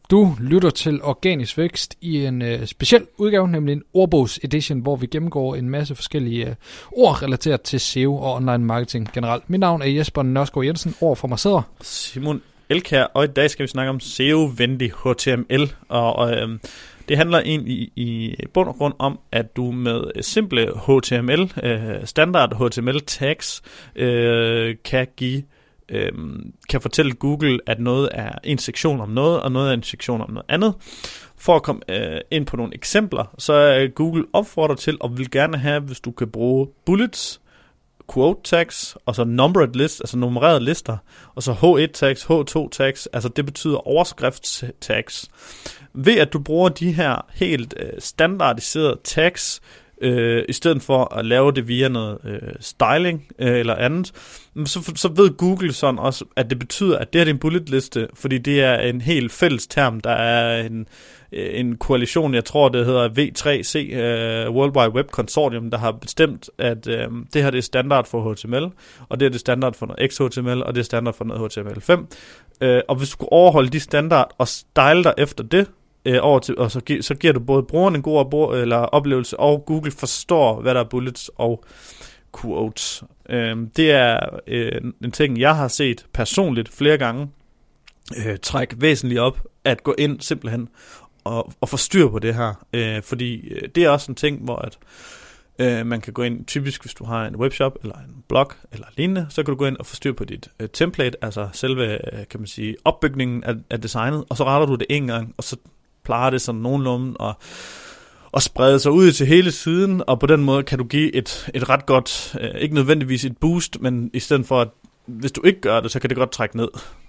Du lytter til Organisk Vækst i en speciel udgave, nemlig en ordbogs-edition, hvor vi gennemgår en masse forskellige ord relateret til SEO og online marketing generelt. Mit navn er Jesper Nørskov Jensen, ord for mig sidder Simon Elkjær, og i dag skal vi snakke om SEO-venlig HTML, og det handler egentlig i bund og grund om, at du med simple HTML, standard HTML tags, kan fortælle Google, at noget er en sektion om noget, og noget er en sektion om noget andet. For at komme ind på nogle eksempler, så er Google opfordrer til, og vil gerne have, hvis du kan bruge bullets, quote tags, og så numbered list, altså nummererede lister, og så H1 tags, H2 tags, altså det betyder overskriftstags. Ved at du bruger de her helt standardiserede tags, i stedet for at lave det via noget styling eller andet, så ved Google sådan også, at det betyder, at det her er en bulletliste, fordi det er en helt fælles term. Der er en koalition, jeg tror det hedder W3C, World Wide Web Consortium, der har bestemt, at det her det er standard for HTML, og det er det standard for noget XHTML, og det er standard for noget HTML5. Og hvis du kunne overholde de standard og style dig efter det, over til, og så giver du både brugeren en god eller oplevelse, og Google forstår, hvad der er bullets og quotes. Det er en ting, jeg har set personligt flere gange trække væsentligt op, at gå ind simpelthen og få styr på det her. Fordi det er også en ting, hvor at man kan gå ind, typisk hvis du har en webshop eller en blog eller lignende, så kan du gå ind og få styr på dit template, altså selve, kan man sige, opbygningen af designet, og så retter du det en gang, og så plejer det sådan nogenlunde og sprede sig ud til hele siden, og på den måde kan du give et ret godt, ikke nødvendigvis et boost, men i stedet for, at hvis du ikke gør det, så kan det godt trække ned.